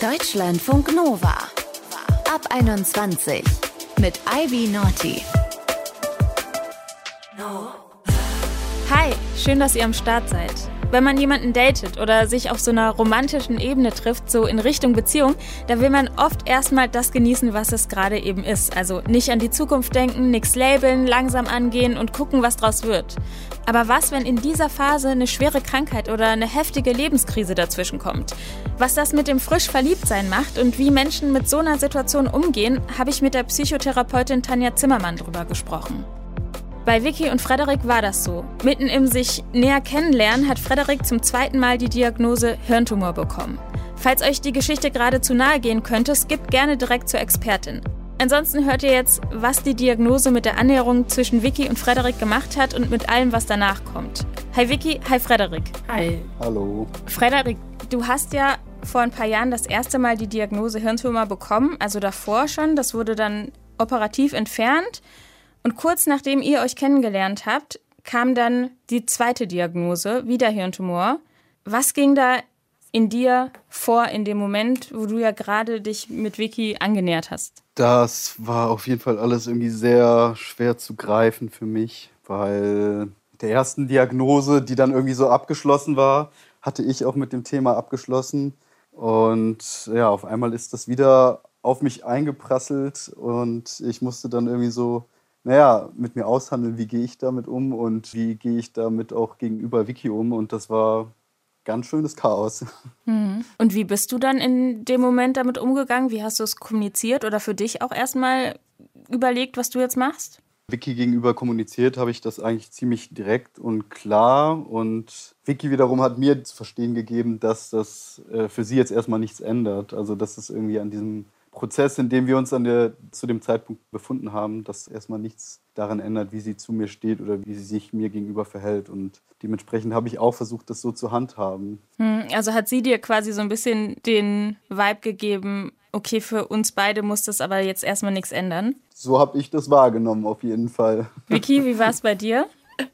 Deutschlandfunk Nova. Ab 21 mit Ivy Naughty. Hi, schön, dass ihr am Start seid. Wenn man jemanden datet oder sich auf so einer romantischen Ebene trifft, so in Richtung Beziehung, da will man oft erstmal das genießen, was es gerade eben ist. Also nicht an die Zukunft denken, nichts labeln, langsam angehen und gucken, was draus wird. Aber was, wenn in dieser Phase eine schwere Krankheit oder eine heftige Lebenskrise dazwischen kommt? Was das mit dem frisch Verliebtsein macht und wie Menschen mit so einer Situation umgehen, habe ich mit der Psychotherapeutin Tanja Zimmermann drüber gesprochen. Bei Vicky und Frederik war das so. Mitten im sich näher kennenlernen hat Frederik zum 2. Mal die Diagnose Hirntumor bekommen. Falls euch die Geschichte gerade zu nahe gehen könnte, skippt gerne direkt zur Expertin. Ansonsten hört ihr jetzt, was die Diagnose mit der Annäherung zwischen Vicky und Frederik gemacht hat und mit allem, was danach kommt. Hi Vicky, hi Frederik. Hi. Hallo. Frederik, du hast ja vor ein paar Jahren das erste Mal die Diagnose Hirntumor bekommen, also davor schon. Das wurde dann operativ entfernt. Und kurz nachdem ihr euch kennengelernt habt, kam dann die zweite Diagnose, wieder Hirntumor. Was ging da in dir vor in dem Moment, wo du ja gerade dich mit Vicky angenähert hast? Das war auf jeden Fall alles irgendwie sehr schwer zu greifen für mich, weil mit der ersten Diagnose, die dann irgendwie so abgeschlossen war, hatte ich auch mit dem Thema abgeschlossen. Und ja, auf einmal ist das wieder auf mich eingeprasselt und ich musste dann irgendwie so mit mir aushandeln, wie gehe ich damit um und wie gehe ich damit auch gegenüber Vicky um. Und das war ganz schönes Chaos. Mhm. Und wie bist du dann in dem Moment damit umgegangen? Wie hast du es kommuniziert oder für dich auch erstmal überlegt, was du jetzt machst? Vicky gegenüber kommuniziert habe ich das eigentlich ziemlich direkt und klar. Und Vicky wiederum hat mir zu verstehen gegeben, dass das für sie jetzt erstmal nichts ändert. Also dass es irgendwie an diesem Prozess, in dem wir uns zu dem Zeitpunkt befunden haben, dass erstmal nichts daran ändert, wie sie zu mir steht oder wie sie sich mir gegenüber verhält. Und dementsprechend habe ich auch versucht, das so zu handhaben. Also hat sie dir quasi so ein bisschen den Vibe gegeben, okay, für uns beide muss das aber jetzt erstmal nichts ändern? So habe ich das wahrgenommen, auf jeden Fall. Vicky, wie war es bei dir?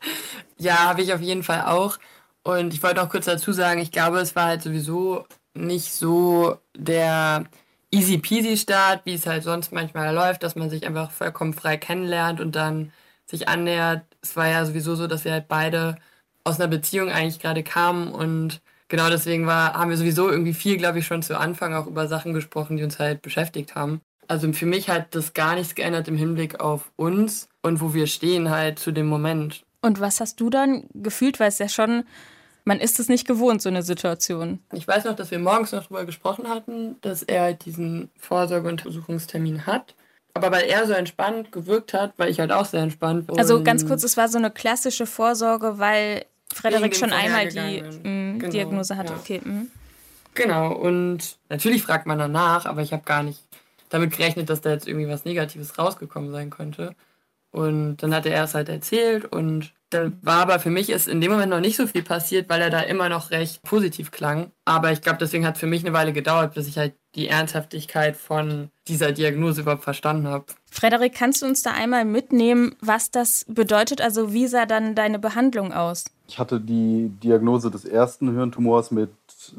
Ja, habe ich auf jeden Fall auch. Und ich wollte auch kurz dazu sagen, ich glaube, es war halt sowieso nicht so der easy-peasy-Start, wie es halt sonst manchmal läuft, dass man sich einfach vollkommen frei kennenlernt und dann sich annähert. Es war ja sowieso so, dass wir halt beide aus einer Beziehung eigentlich gerade kamen und genau deswegen haben wir sowieso irgendwie viel, glaube ich, schon zu Anfang auch über Sachen gesprochen, die uns halt beschäftigt haben. Also für mich hat das gar nichts geändert im Hinblick auf uns und wo wir stehen halt zu dem Moment. Und was hast du dann gefühlt, weil es ja schon, man ist es nicht gewohnt, so eine Situation. Ich weiß noch, dass wir morgens noch drüber gesprochen hatten, dass er halt diesen Vorsorgeuntersuchungstermin hat. Aber weil er so entspannt gewirkt hat, war ich halt auch sehr entspannt. Also ganz kurz, es war so eine klassische Vorsorge, weil Frederik schon einmal die Diagnose hatte. Ja. Okay. Genau, und natürlich fragt man danach, aber ich habe gar nicht damit gerechnet, dass da jetzt irgendwie was Negatives rausgekommen sein könnte. Und dann hat er es halt erzählt und da war aber für mich ist in dem Moment noch nicht so viel passiert, weil er da immer noch recht positiv klang. Aber ich glaube, deswegen hat es für mich eine Weile gedauert, bis ich halt die Ernsthaftigkeit von dieser Diagnose überhaupt verstanden habe. Frederik, kannst du uns da einmal mitnehmen, was das bedeutet? Also wie sah dann deine Behandlung aus? Ich hatte die Diagnose des ersten Hirntumors mit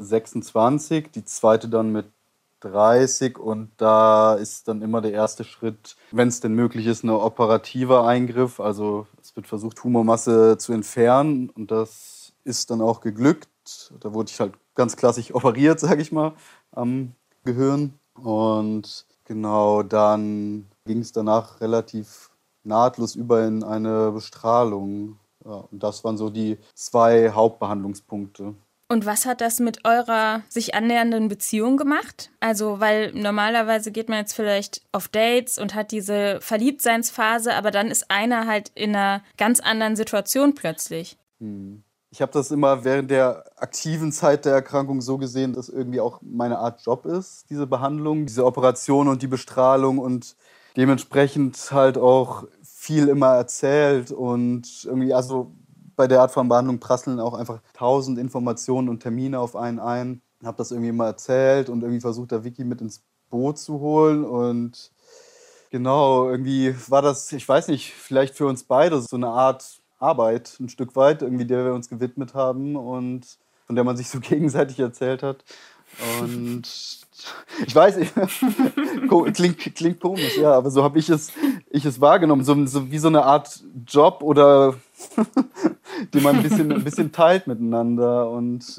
26, die zweite dann mit 30 und da ist dann immer der erste Schritt, wenn es denn möglich ist, ein operativer Eingriff. Also es wird versucht, Tumormasse zu entfernen und das ist dann auch geglückt. Da wurde ich halt ganz klassisch operiert, sage ich mal, am Gehirn. Und genau, dann ging es danach relativ nahtlos über in eine Bestrahlung. Ja, und das waren so die 2 Hauptbehandlungspunkte. Und was hat das mit eurer sich annähernden Beziehung gemacht? Also, weil normalerweise geht man jetzt vielleicht auf Dates und hat diese Verliebtseinsphase, aber dann ist einer halt in einer ganz anderen Situation plötzlich. Ich habe das immer während der aktiven Zeit der Erkrankung so gesehen, dass irgendwie auch meine Art Job ist, diese Behandlung, diese Operation und die Bestrahlung und dementsprechend halt auch viel immer erzählt und irgendwie bei der Art von Behandlung prasseln auch einfach 1000 Informationen und Termine auf einen ein. Ich habe das irgendwie immer erzählt und irgendwie versucht, da Vicky mit ins Boot zu holen. Und genau, irgendwie war das, ich weiß nicht, vielleicht für uns beide so eine Art Arbeit, ein Stück weit, irgendwie der wir uns gewidmet haben und von der man sich so gegenseitig erzählt hat. Und Ich weiß, klingt komisch, ja, aber so habe ich es wahrgenommen. So wie so eine Art Job oder den man ein bisschen teilt miteinander. Und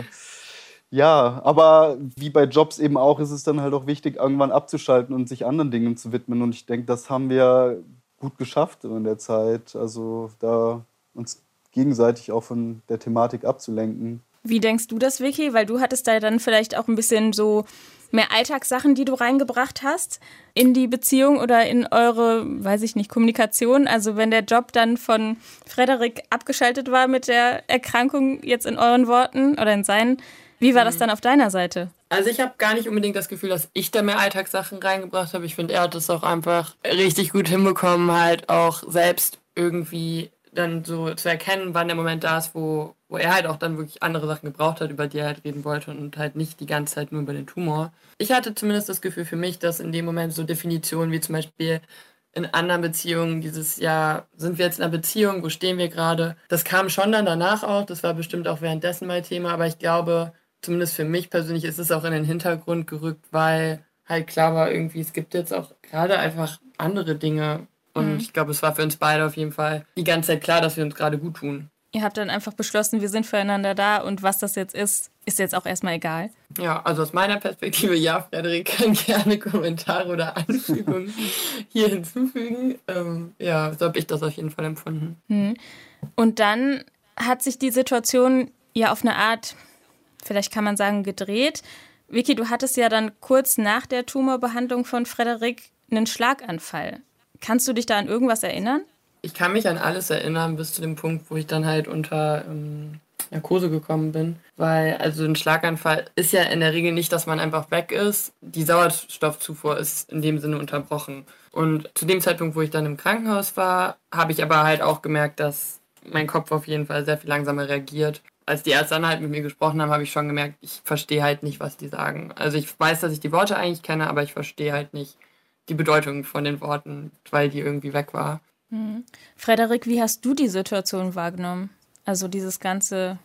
ja, aber wie bei Jobs eben auch, ist es dann halt auch wichtig, irgendwann abzuschalten und sich anderen Dingen zu widmen. Und ich denke, das haben wir gut geschafft in der Zeit. Also da uns gegenseitig auch von der Thematik abzulenken. Wie denkst du das, Vicky? Weil du hattest da dann vielleicht auch ein bisschen so mehr Alltagssachen, die du reingebracht hast in die Beziehung oder in eure, weiß ich nicht, Kommunikation. Also wenn der Job dann von Frederik abgeschaltet war mit der Erkrankung, jetzt in euren Worten oder in seinen, wie war das dann auf deiner Seite? Also ich habe gar nicht unbedingt das Gefühl, dass ich da mehr Alltagssachen reingebracht habe. Ich finde, er hat das auch einfach richtig gut hinbekommen, halt auch selbst irgendwie dann so zu erkennen, wann der Moment da ist, wo er halt auch dann wirklich andere Sachen gebraucht hat, über die er halt reden wollte und halt nicht die ganze Zeit nur über den Tumor. Ich hatte zumindest das Gefühl für mich, dass in dem Moment so Definitionen wie zum Beispiel in anderen Beziehungen dieses Jahr, sind wir jetzt in einer Beziehung, wo stehen wir gerade? Das kam schon dann danach auch, das war bestimmt auch währenddessen mal Thema, aber ich glaube, zumindest für mich persönlich ist es auch in den Hintergrund gerückt, weil halt klar war irgendwie, es gibt jetzt auch gerade einfach andere Dinge. Und ich glaube, es war für uns beide auf jeden Fall die ganze Zeit klar, dass wir uns gerade gut tun. Ihr habt dann einfach beschlossen, wir sind füreinander da und was das jetzt ist jetzt auch erstmal egal. Ja, also aus meiner Perspektive, ja, Frederik kann gerne Kommentare oder Anfügungen hier hinzufügen. Ja, so habe ich das auf jeden Fall empfunden. Und dann hat sich die Situation ja auf eine Art, vielleicht kann man sagen, gedreht. Vicky, du hattest ja dann kurz nach der Tumorbehandlung von Frederik einen Schlaganfall. Kannst du dich da an irgendwas erinnern? Ich kann mich an alles erinnern, bis zu dem Punkt, wo ich dann halt unter Narkose gekommen bin. Weil also ein Schlaganfall ist ja in der Regel nicht, dass man einfach weg ist. Die Sauerstoffzufuhr ist in dem Sinne unterbrochen. Und zu dem Zeitpunkt, wo ich dann im Krankenhaus war, habe ich aber halt auch gemerkt, dass mein Kopf auf jeden Fall sehr viel langsamer reagiert. Als die Ärzte dann halt mit mir gesprochen haben, habe ich schon gemerkt, ich verstehe halt nicht, was die sagen. Also ich weiß, dass ich die Worte eigentlich kenne, aber ich verstehe halt nicht die Bedeutung von den Worten, weil die irgendwie weg war. Frederik, wie hast du die Situation wahrgenommen? Also dieses ganze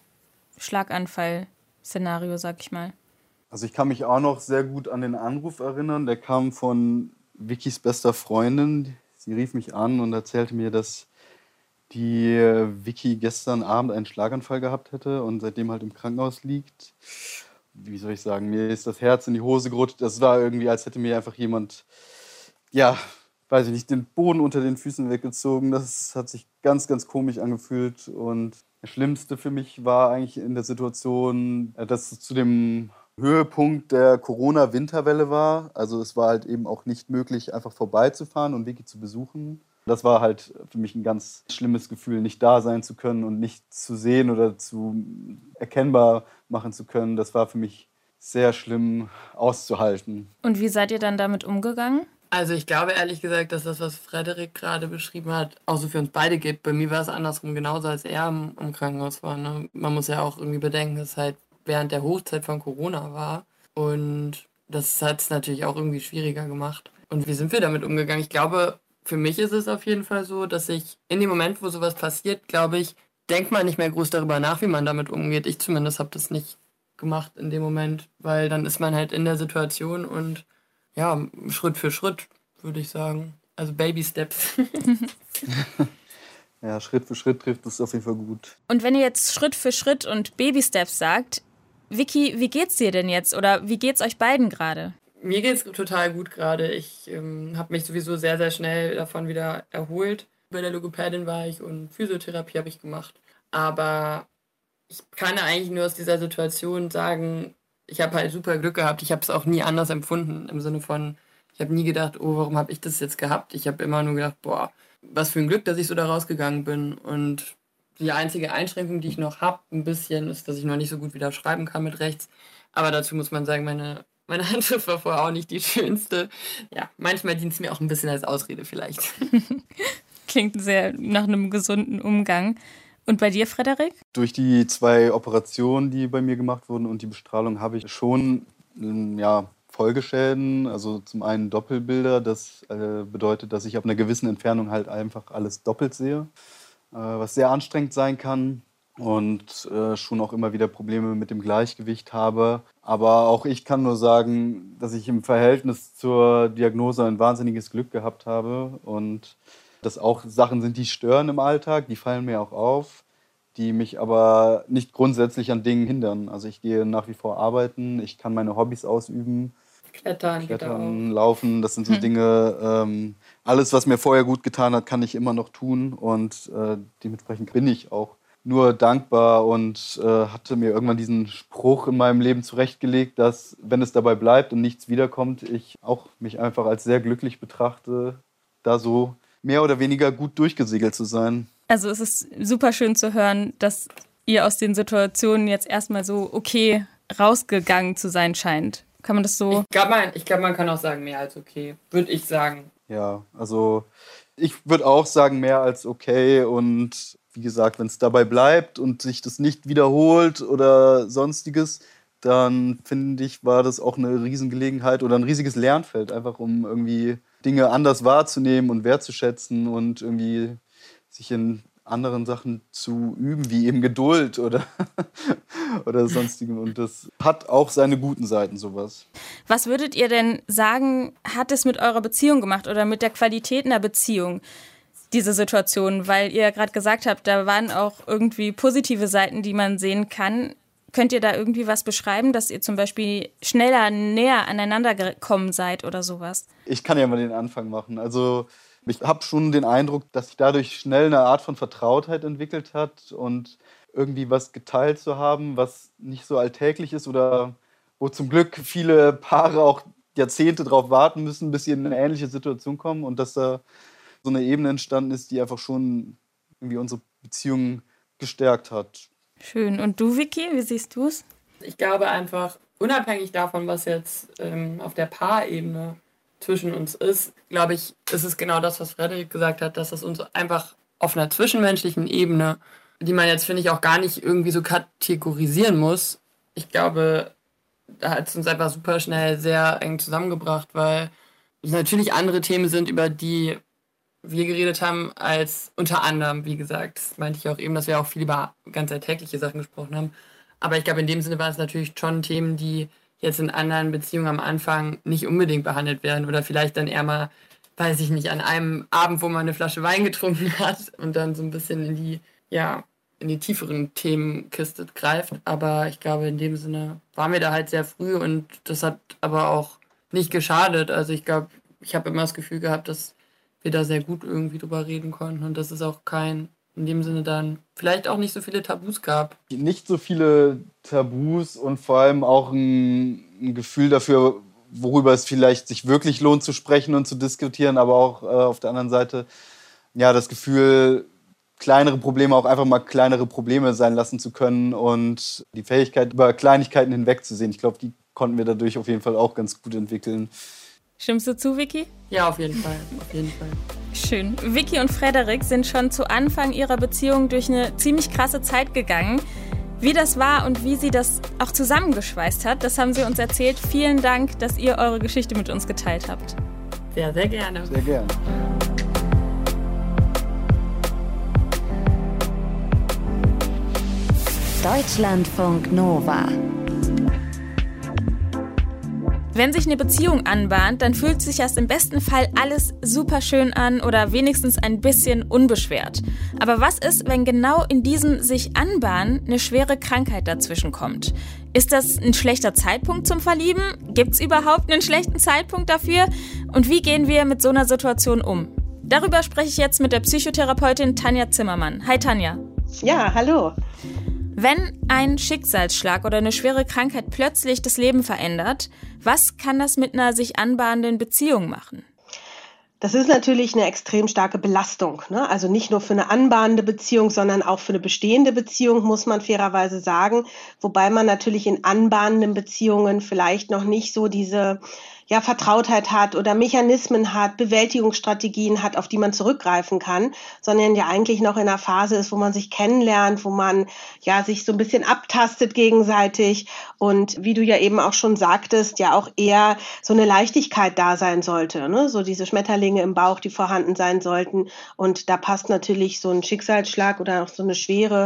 Schlaganfall-Szenario, sag ich mal. Also ich kann mich auch noch sehr gut an den Anruf erinnern. Der kam von Vickys bester Freundin. Sie rief mich an und erzählte mir, dass die Vicky gestern Abend einen Schlaganfall gehabt hätte und seitdem halt im Krankenhaus liegt. Wie soll ich sagen, mir ist das Herz in die Hose gerutscht. Das war irgendwie, als hätte mir einfach jemand, ja, weiß ich nicht, den Boden unter den Füßen weggezogen. Das hat sich ganz, ganz komisch angefühlt. Und das Schlimmste für mich war eigentlich in der Situation, dass es zu dem Höhepunkt der Corona-Winterwelle war. Also es war halt eben auch nicht möglich, einfach vorbeizufahren und Vicky zu besuchen. Das war halt für mich ein ganz schlimmes Gefühl, nicht da sein zu können und nicht zu sehen oder zu erkennbar machen zu können. Das war für mich sehr schlimm auszuhalten. Und wie seid ihr dann damit umgegangen? Also ich glaube ehrlich gesagt, dass das, was Frederik gerade beschrieben hat, auch so für uns beide gilt. Bei mir war es andersrum genauso, als er im Krankenhaus war. Ne? Man muss ja auch irgendwie bedenken, dass es halt während der Hochzeit von Corona war. Und das hat es natürlich auch irgendwie schwieriger gemacht. Und wie sind wir damit umgegangen? Ich glaube, für mich ist es auf jeden Fall so, dass ich in dem Moment, wo sowas passiert, glaube ich, denkt man nicht mehr groß darüber nach, wie man damit umgeht. Ich zumindest habe das nicht gemacht in dem Moment, weil dann ist man halt in der Situation und ja, Schritt für Schritt, würde ich sagen. Also Baby Steps. Ja, Schritt für Schritt trifft es auf jeden Fall gut. Und wenn ihr jetzt Schritt für Schritt und Baby Steps sagt, Vicky, wie geht's dir denn jetzt? Oder wie geht's euch beiden gerade? Mir geht's total gut gerade. Ich habe mich sowieso sehr, sehr schnell davon wieder erholt. Bei der Logopädin war ich und Physiotherapie habe ich gemacht. Aber ich kann eigentlich nur aus dieser Situation sagen, ich habe halt super Glück gehabt. Ich habe es auch nie anders empfunden. Im Sinne von, ich habe nie gedacht, oh, warum habe ich das jetzt gehabt? Ich habe immer nur gedacht, boah, was für ein Glück, dass ich so da rausgegangen bin. Und die einzige Einschränkung, die ich noch habe, ein bisschen, ist, dass ich noch nicht so gut wieder schreiben kann mit rechts. Aber dazu muss man sagen, meine Handschrift war vorher auch nicht die schönste. Ja, manchmal dient es mir auch ein bisschen als Ausrede vielleicht. Klingt sehr nach einem gesunden Umgang. Und bei dir, Frederik? Durch die 2 Operationen, die bei mir gemacht wurden und die Bestrahlung, habe ich schon Folgeschäden. Also zum einen Doppelbilder. Das bedeutet, dass ich auf einer gewissen Entfernung halt einfach alles doppelt sehe, was sehr anstrengend sein kann. und schon auch immer wieder Probleme mit dem Gleichgewicht habe. Aber auch ich kann nur sagen, dass ich im Verhältnis zur Diagnose ein wahnsinniges Glück gehabt habe und dass auch Sachen sind, die stören im Alltag, die fallen mir auch auf, die mich aber nicht grundsätzlich an Dingen hindern. Also ich gehe nach wie vor arbeiten, ich kann meine Hobbys ausüben. Klettern, Laufen, das sind so Dinge, alles, was mir vorher gut getan hat, kann ich immer noch tun und dementsprechend bin ich auch nur dankbar und hatte mir irgendwann diesen Spruch in meinem Leben zurechtgelegt, dass, wenn es dabei bleibt und nichts wiederkommt, ich auch mich einfach als sehr glücklich betrachte, da so mehr oder weniger gut durchgesegelt zu sein. Also es ist super schön zu hören, dass ihr aus den Situationen jetzt erstmal so okay rausgegangen zu sein scheint. Kann man das so? Ich glaube, man kann auch sagen, mehr als okay, würde ich sagen. Ja, also ich würde auch sagen, mehr als okay. Und wie gesagt, wenn es dabei bleibt und sich das nicht wiederholt oder sonstiges, dann finde ich, war das auch eine Riesengelegenheit oder ein riesiges Lernfeld, einfach um irgendwie Dinge anders wahrzunehmen und wertzuschätzen und irgendwie sich in anderen Sachen zu üben, wie eben Geduld oder sonstigem. Und das hat auch seine guten Seiten, sowas. Was würdet ihr denn sagen, hat es mit eurer Beziehung gemacht oder mit der Qualität einer Beziehung, diese Situation? Weil ihr ja gerade gesagt habt, da waren auch irgendwie positive Seiten, die man sehen kann. Könnt ihr da irgendwie was beschreiben, dass ihr zum Beispiel schneller, näher aneinander gekommen seid oder sowas? Ich kann ja mal den Anfang machen. Also ich habe schon den Eindruck, dass sich dadurch schnell eine Art von Vertrautheit entwickelt hat und irgendwie was geteilt zu haben, was nicht so alltäglich ist oder wo zum Glück viele Paare auch Jahrzehnte drauf warten müssen, bis sie in eine ähnliche Situation kommen und dass da so eine Ebene entstanden ist, die einfach schon irgendwie unsere Beziehung gestärkt hat. Schön. Und du, Vicky, wie siehst du es? Ich glaube einfach, unabhängig davon, was jetzt auf der Paarebene zwischen uns ist, glaube ich, ist es genau das, was Frederik gesagt hat, dass es uns einfach auf einer zwischenmenschlichen Ebene, die man jetzt, finde ich, auch gar nicht irgendwie so kategorisieren muss, ich glaube, da hat es uns einfach super schnell sehr eng zusammengebracht, weil es natürlich andere Themen sind, über die wir geredet haben, als unter anderem, wie gesagt, das meinte ich auch eben, dass wir auch viel über ganz alltägliche Sachen gesprochen haben. Aber ich glaube, in dem Sinne waren es natürlich schon Themen, die jetzt in anderen Beziehungen am Anfang nicht unbedingt behandelt werden oder vielleicht dann eher mal, weiß ich nicht, an einem Abend, wo man eine Flasche Wein getrunken hat und dann so ein bisschen in die tieferen Themenkiste greift. Aber ich glaube, in dem Sinne waren wir da halt sehr früh und das hat aber auch nicht geschadet. Also ich glaube, ich habe immer das Gefühl gehabt, dass wir da sehr gut irgendwie drüber reden konnten und dass es auch in dem Sinne dann vielleicht auch nicht so viele Tabus gab. Nicht so viele Tabus und vor allem auch ein Gefühl dafür, worüber es vielleicht sich wirklich lohnt zu sprechen und zu diskutieren, aber auch auf der anderen Seite ja das Gefühl, kleinere Probleme auch einfach mal kleinere Probleme sein lassen zu können und die Fähigkeit, über Kleinigkeiten hinwegzusehen. Ich glaube, die konnten wir dadurch auf jeden Fall auch ganz gut entwickeln. Stimmst du zu, Vicky? Ja, auf jeden Fall. Auf jeden Fall. Schön. Vicky und Frederik sind schon zu Anfang ihrer Beziehung durch eine ziemlich krasse Zeit gegangen. Wie das war und wie sie das auch zusammengeschweißt hat, das haben sie uns erzählt. Vielen Dank, dass ihr eure Geschichte mit uns geteilt habt. Sehr, sehr gerne. Sehr gerne. Deutschlandfunk Nova. Wenn sich eine Beziehung anbahnt, dann fühlt sich erst im besten Fall alles super schön an oder wenigstens ein bisschen unbeschwert. Aber was ist, wenn genau in diesem sich anbahnen eine schwere Krankheit dazwischen kommt? Ist das ein schlechter Zeitpunkt zum Verlieben? Gibt's überhaupt einen schlechten Zeitpunkt dafür? Und wie gehen wir mit so einer Situation um? Darüber spreche ich jetzt mit der Psychotherapeutin Tanja Zimmermann. Hi Tanja. Ja, hallo. Wenn ein Schicksalsschlag oder eine schwere Krankheit plötzlich das Leben verändert, was kann das mit einer sich anbahnenden Beziehung machen? Das ist natürlich eine extrem starke Belastung, ne? Also nicht nur für eine anbahnende Beziehung, sondern auch für eine bestehende Beziehung, muss man fairerweise sagen. Wobei man natürlich in anbahnenden Beziehungen vielleicht noch nicht so diese Vertrautheit hat oder Mechanismen hat, Bewältigungsstrategien hat, auf die man zurückgreifen kann, sondern ja eigentlich noch in einer Phase ist, wo man sich kennenlernt, wo man sich so ein bisschen abtastet gegenseitig und wie du ja eben auch schon sagtest, ja auch eher so eine Leichtigkeit da sein sollte, ne? So diese Schmetterlinge im Bauch, die vorhanden sein sollten, und da passt natürlich so ein Schicksalsschlag oder auch so eine schwere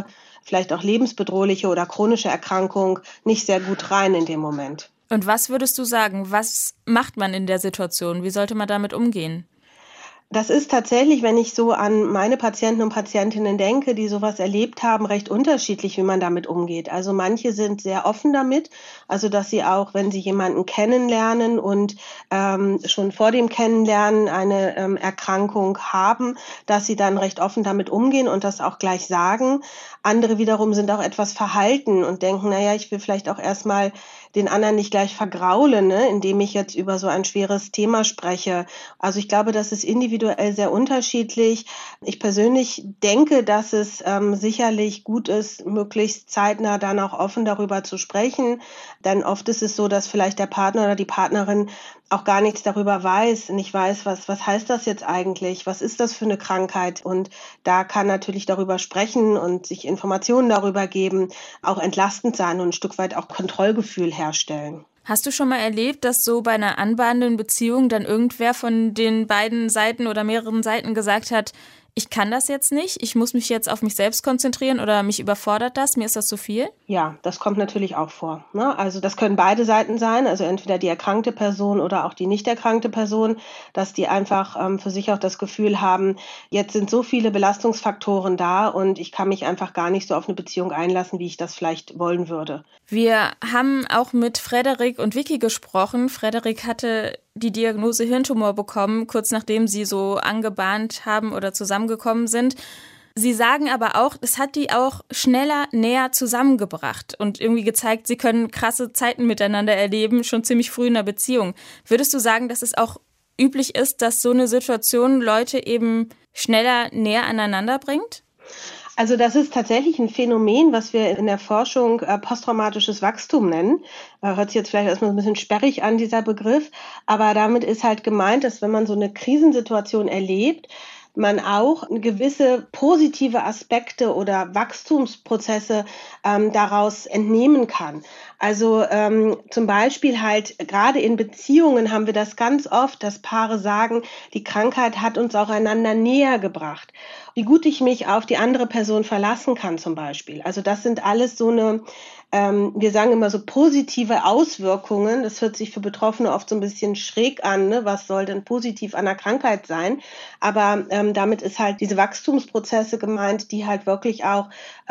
vielleicht auch lebensbedrohliche oder chronische Erkrankung nicht sehr gut rein in dem Moment. Und was würdest du sagen, was macht man in der Situation? Wie sollte man damit umgehen? Das ist tatsächlich, wenn ich so an meine Patienten und Patientinnen denke, die sowas erlebt haben, recht unterschiedlich, wie man damit umgeht. Also manche sind sehr offen damit, also dass sie auch, wenn sie jemanden kennenlernen und schon vor dem Kennenlernen eine Erkrankung haben, dass sie dann recht offen damit umgehen und das auch gleich sagen. Andere wiederum sind auch etwas verhalten und denken, naja, ich will vielleicht auch erstmal den anderen nicht gleich vergraulen, ne, indem ich jetzt über so ein schweres Thema spreche. Also ich glaube, das ist individuell sehr unterschiedlich. Ich persönlich denke, dass es sicherlich gut ist, möglichst zeitnah dann auch offen darüber zu sprechen. Denn oft ist es so, dass vielleicht der Partner oder die Partnerin auch gar nichts darüber weiß, nicht weiß, was heißt das jetzt eigentlich, was ist das für eine Krankheit, und da kann natürlich darüber sprechen und sich Informationen darüber geben, auch entlastend sein und ein Stück weit auch Kontrollgefühl herstellen. Hast du schon mal erlebt, dass so bei einer anbahnenden Beziehung dann irgendwer von den beiden Seiten oder mehreren Seiten gesagt hat, ich kann das jetzt nicht, ich muss mich jetzt auf mich selbst konzentrieren oder mich überfordert das, mir ist das zu viel? Ja, das kommt natürlich auch vor, ne? Also das können beide Seiten sein, also entweder die erkrankte Person oder auch die nicht erkrankte Person, dass die einfach für sich auch das Gefühl haben, jetzt sind so viele Belastungsfaktoren da und ich kann mich einfach gar nicht so auf eine Beziehung einlassen, wie ich das vielleicht wollen würde. Wir haben auch mit Frederik und Vicky gesprochen. Frederik hatte die Diagnose Hirntumor bekommen, kurz nachdem sie so angebahnt haben oder zusammengekommen sind. Sie sagen aber auch, es hat die auch schneller näher zusammengebracht und irgendwie gezeigt, sie können krasse Zeiten miteinander erleben, schon ziemlich früh in der Beziehung. Würdest du sagen, dass es auch üblich ist, dass so eine Situation Leute eben schneller näher aneinander bringt? Also das ist tatsächlich ein Phänomen, was wir in der Forschung posttraumatisches Wachstum nennen. Hört sich jetzt vielleicht erstmal ein bisschen sperrig an, dieser Begriff, aber damit ist halt gemeint, dass wenn man so eine Krisensituation erlebt, man auch gewisse positive Aspekte oder Wachstumsprozesse daraus entnehmen kann. Also zum Beispiel halt gerade in Beziehungen haben wir das ganz oft, dass Paare sagen, die Krankheit hat uns auch einander näher gebracht. Wie gut ich mich auf die andere Person verlassen kann zum Beispiel. Also das sind alles so eine, wir sagen immer so positive Auswirkungen. Das hört sich für Betroffene oft so ein bisschen schräg an, ne? Was soll denn positiv an der Krankheit sein? Aber damit ist halt diese Wachstumsprozesse gemeint, die halt wirklich auch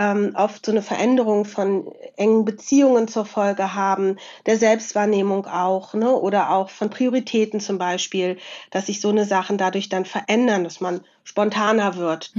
oft so eine Veränderung von engen Beziehungen zur Folge haben, der Selbstwahrnehmung auch, ne? Oder auch von Prioritäten zum Beispiel, dass sich so eine Sachen dadurch dann verändern, dass man spontaner wird.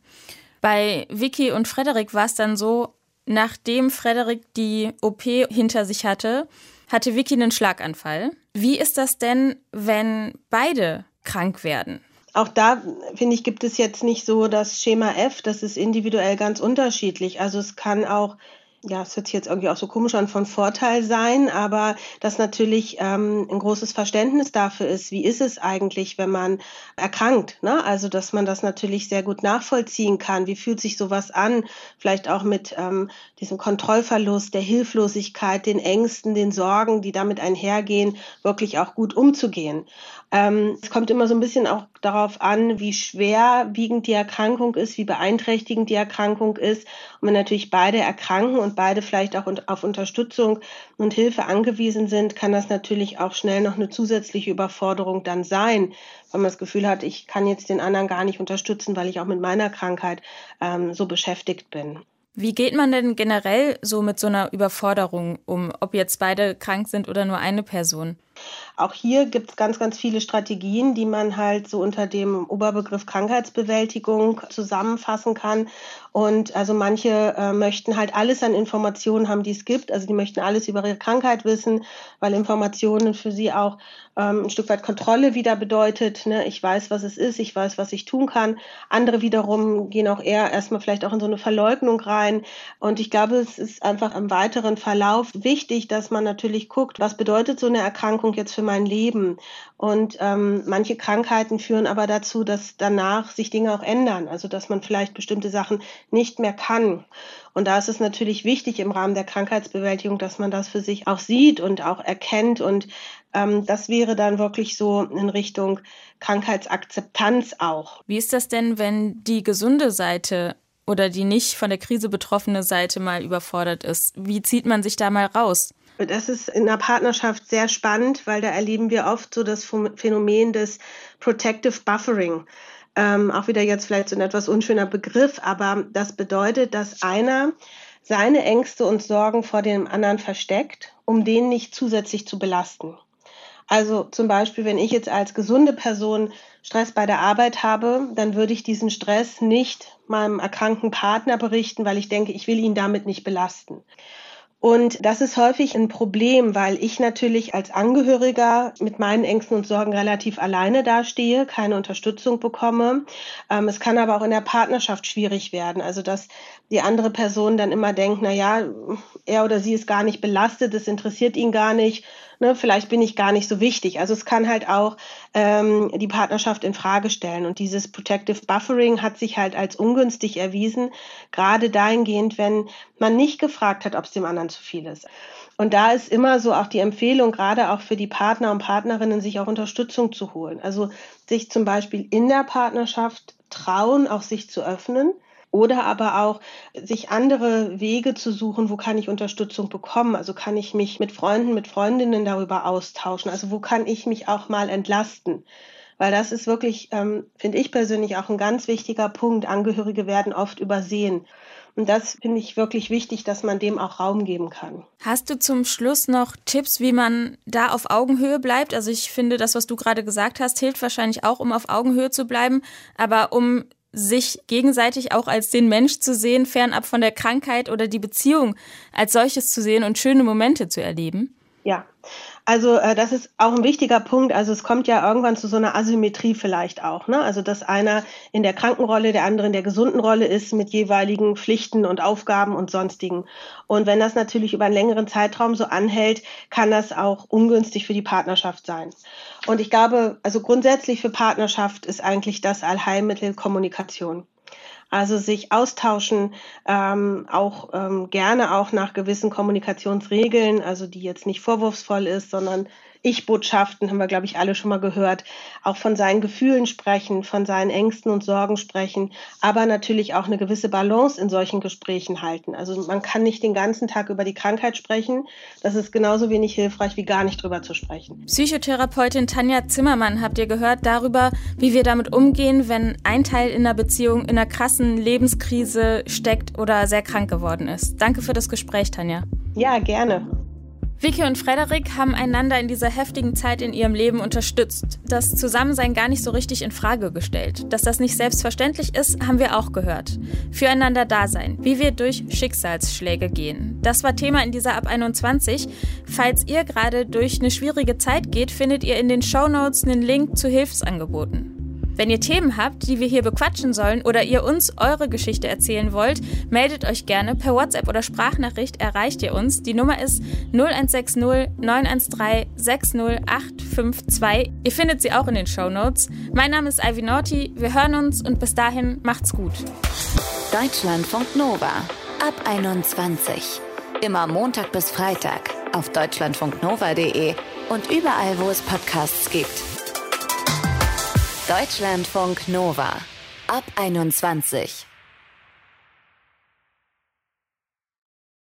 Bei Vicky und Frederik war es dann so, nachdem Frederik die OP hinter sich hatte Vicky einen Schlaganfall. Wie ist das denn, wenn beide krank werden? Auch da, finde ich, gibt es jetzt nicht so das Schema F, das ist individuell ganz unterschiedlich. Also es kann auch, ja, es hört sich jetzt irgendwie auch so komisch an, von Vorteil sein, aber dass natürlich ein großes Verständnis dafür ist, wie ist es eigentlich, wenn man erkrankt, ne? Also dass man das natürlich sehr gut nachvollziehen kann. Wie fühlt sich sowas an? Vielleicht auch mit diesem Kontrollverlust, der Hilflosigkeit, den Ängsten, den Sorgen, die damit einhergehen, wirklich auch gut umzugehen. Es kommt immer so ein bisschen auch darauf an, wie schwerwiegend die Erkrankung ist, wie beeinträchtigend die Erkrankung ist. Und wenn natürlich beide erkranken und beide vielleicht auch auf Unterstützung und Hilfe angewiesen sind, kann das natürlich auch schnell noch eine zusätzliche Überforderung dann sein, wenn man das Gefühl hat, ich kann jetzt den anderen gar nicht unterstützen, weil ich auch mit meiner Krankheit so beschäftigt bin. Wie geht man denn generell so mit so einer Überforderung um, ob jetzt beide krank sind oder nur eine Person? Auch hier gibt es ganz, ganz viele Strategien, die man halt so unter dem Oberbegriff Krankheitsbewältigung zusammenfassen kann. Und also manche möchten halt alles an Informationen haben, die es gibt. Also die möchten alles über ihre Krankheit wissen, weil Informationen für sie auch ein Stück weit Kontrolle wieder bedeutet. Ne? Ich weiß, was es ist, ich weiß, was ich tun kann. Andere wiederum gehen auch eher erstmal vielleicht auch in so eine Verleugnung rein. Und ich glaube, es ist einfach im weiteren Verlauf wichtig, dass man natürlich guckt, was bedeutet so eine Erkrankung jetzt für mein Leben. Und manche Krankheiten führen aber dazu, dass danach sich Dinge auch ändern. Also dass man vielleicht bestimmte Sachen nicht mehr kann. Und da ist es natürlich wichtig im Rahmen der Krankheitsbewältigung, dass man das für sich auch sieht und auch erkennt. Und das wäre dann wirklich so in Richtung Krankheitsakzeptanz auch. Wie ist das denn, wenn die gesunde Seite oder die nicht von der Krise betroffene Seite mal überfordert ist? Wie zieht man sich da mal raus? Das ist in der Partnerschaft sehr spannend, weil da erleben wir oft so das Phänomen des Protective Buffering. Auch wieder jetzt vielleicht so ein etwas unschöner Begriff, aber das bedeutet, dass einer seine Ängste und Sorgen vor dem anderen versteckt, um den nicht zusätzlich zu belasten. Also zum Beispiel, wenn ich jetzt als gesunde Person Stress bei der Arbeit habe, dann würde ich diesen Stress nicht meinem erkrankten Partner berichten, weil ich denke, ich will ihn damit nicht belasten. Und das ist häufig ein Problem, weil ich natürlich als Angehöriger mit meinen Ängsten und Sorgen relativ alleine dastehe, keine Unterstützung bekomme. Es kann aber auch in der Partnerschaft schwierig werden, also dass die andere Person dann immer denkt, er oder sie ist gar nicht belastet, es interessiert ihn gar nicht, vielleicht bin ich gar nicht so wichtig. Also es kann halt auch die Partnerschaft in Frage stellen. Und dieses Protective Buffering hat sich halt als ungünstig erwiesen, gerade dahingehend, wenn man nicht gefragt hat, ob es dem anderen zu viel ist. Und da ist immer so auch die Empfehlung, gerade auch für die Partner und Partnerinnen, sich auch Unterstützung zu holen. Also sich zum Beispiel in der Partnerschaft trauen, auch sich zu öffnen. Oder aber auch sich andere Wege zu suchen, wo kann ich Unterstützung bekommen? Also kann ich mich mit Freunden, mit Freundinnen darüber austauschen? Also wo kann ich mich auch mal entlasten? Weil das ist wirklich, finde ich persönlich, auch ein ganz wichtiger Punkt. Angehörige werden oft übersehen. Und das finde ich wirklich wichtig, dass man dem auch Raum geben kann. Hast du zum Schluss noch Tipps, wie man da auf Augenhöhe bleibt? Also ich finde, das, was du gerade gesagt hast, hilft wahrscheinlich auch, um auf Augenhöhe zu bleiben. Aber um sich gegenseitig auch als den Mensch zu sehen, fernab von der Krankheit oder die Beziehung als solches zu sehen und schöne Momente zu erleben? Ja, also das ist auch ein wichtiger Punkt. Also es kommt ja irgendwann zu so einer Asymmetrie vielleicht auch, ne? Also dass einer in der Krankenrolle, der andere in der gesunden Rolle ist mit jeweiligen Pflichten und Aufgaben und sonstigen. Und wenn das natürlich über einen längeren Zeitraum so anhält, kann das auch ungünstig für die Partnerschaft sein. Und ich glaube, also grundsätzlich für Partnerschaft ist eigentlich das Allheilmittel Kommunikation. Also sich austauschen, gerne auch nach gewissen Kommunikationsregeln, also die jetzt nicht vorwurfsvoll ist, sondern Ich-Botschaften, haben wir, glaube ich, alle schon mal gehört, auch von seinen Gefühlen sprechen, von seinen Ängsten und Sorgen sprechen, aber natürlich auch eine gewisse Balance in solchen Gesprächen halten. Also man kann nicht den ganzen Tag über die Krankheit sprechen. Das ist genauso wenig hilfreich, wie gar nicht drüber zu sprechen. Psychotherapeutin Tanja Zimmermann habt ihr gehört darüber, wie wir damit umgehen, wenn ein Teil in einer Beziehung in einer krassen Lebenskrise steckt oder sehr krank geworden ist. Danke für das Gespräch, Tanja. Ja, gerne. Vicky und Frederik haben einander in dieser heftigen Zeit in ihrem Leben unterstützt. Das Zusammensein gar nicht so richtig in Frage gestellt. Dass das nicht selbstverständlich ist, haben wir auch gehört. Füreinander da sein, wie wir durch Schicksalsschläge gehen. Das war Thema in dieser Ab 21. Falls ihr gerade durch eine schwierige Zeit geht, findet ihr in den Shownotes einen Link zu Hilfsangeboten. Wenn ihr Themen habt, die wir hier bequatschen sollen oder ihr uns eure Geschichte erzählen wollt, meldet euch gerne. Per WhatsApp oder Sprachnachricht erreicht ihr uns. Die Nummer ist 0160 913 60852. Ihr findet sie auch in den Shownotes. Mein Name ist Ivy Naughty. Wir hören uns und bis dahin macht's gut. Deutschlandfunk Nova ab 21. Immer Montag bis Freitag auf deutschlandfunknova.de und überall, wo es Podcasts gibt. Deutschlandfunk Nova ab 21.